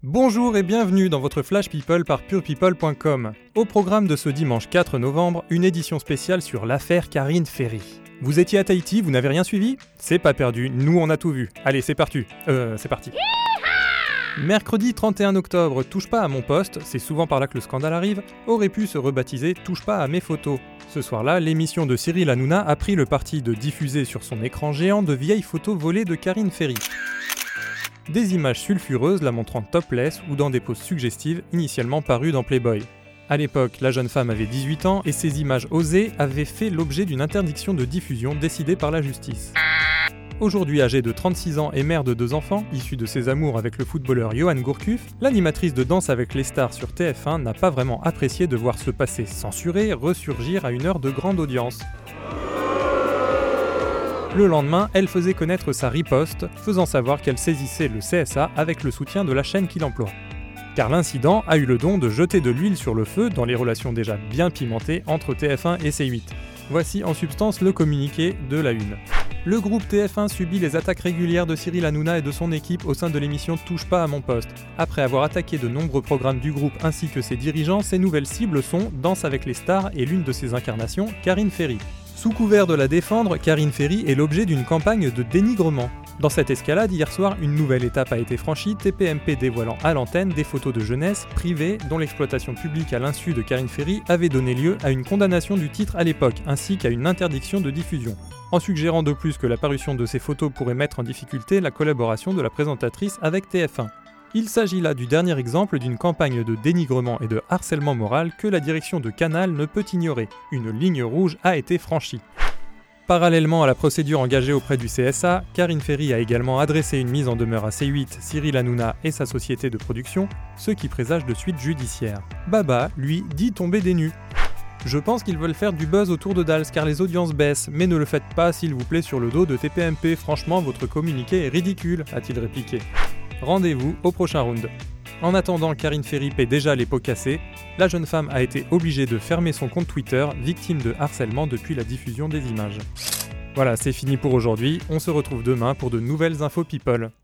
Bonjour et bienvenue dans votre Flash People par purepeople.com. Au programme de ce dimanche 4 novembre, une édition spéciale sur l'affaire Karine Ferry. Vous étiez à Tahiti, vous n'avez rien suivi ? C'est pas perdu, nous on a tout vu. Allez, c'est parti. Mercredi 31 octobre, Touche pas à mon poste, c'est souvent par là que le scandale arrive, aurait pu se rebaptiser Touche pas à mes photos. Ce soir-là, l'émission de Cyril Hanouna a pris le parti de diffuser sur son écran géant de vieilles photos volées de Karine Ferry. Des images sulfureuses la montrant topless ou dans des poses suggestives initialement parues dans Playboy. À l'époque, la jeune femme avait 18 ans et ces images osées avaient fait l'objet d'une interdiction de diffusion décidée par la justice. Aujourd'hui âgée de 36 ans et mère de 2 enfants, issue de ses amours avec le footballeur Johan Gourcuff, l'animatrice de Danse avec les stars sur TF1 n'a pas vraiment apprécié de voir ce passé censuré ressurgir à une heure de grande audience. Le lendemain, elle faisait connaître sa riposte, faisant savoir qu'elle saisissait le CSA avec le soutien de la chaîne qui l'emploie. Car l'incident a eu le don de jeter de l'huile sur le feu dans les relations déjà bien pimentées entre TF1 et C8. Voici en substance le communiqué de la Une. Le groupe TF1 subit les attaques régulières de Cyril Hanouna et de son équipe au sein de l'émission Touche pas à mon poste. Après avoir attaqué de nombreux programmes du groupe ainsi que ses dirigeants, ses nouvelles cibles sont Danse avec les stars et l'une de ses incarnations, Karine Ferry. Sous couvert de la défendre, Karine Ferry est l'objet d'une campagne de dénigrement. Dans cette escalade, hier soir, une nouvelle étape a été franchie, TPMP dévoilant à l'antenne des photos de jeunesse privées dont l'exploitation publique à l'insu de Karine Ferry avait donné lieu à une condamnation du titre à l'époque, ainsi qu'à une interdiction de diffusion. En suggérant de plus que la parution de ces photos pourrait mettre en difficulté la collaboration de la présentatrice avec TF1. Il s'agit là du dernier exemple d'une campagne de dénigrement et de harcèlement moral que la direction de Canal ne peut ignorer. Une ligne rouge a été franchie. Parallèlement à la procédure engagée auprès du CSA, Karine Ferry a également adressé une mise en demeure à C8, Cyril Hanouna et sa société de production, ce qui présage de suites judiciaires. Baba, lui, dit tomber des nues. Je pense qu'ils veulent faire du buzz autour de Dals car les audiences baissent, mais ne le faites pas s'il vous plaît sur le dos de TPMP, franchement votre communiqué est ridicule, a-t-il répliqué. Rendez-vous au prochain round. En attendant, Karine Ferry paie déjà les pots cassés. La jeune femme a été obligée de fermer son compte Twitter, victime de harcèlement depuis la diffusion des images. Voilà, c'est fini pour aujourd'hui. On se retrouve demain pour de nouvelles infos people.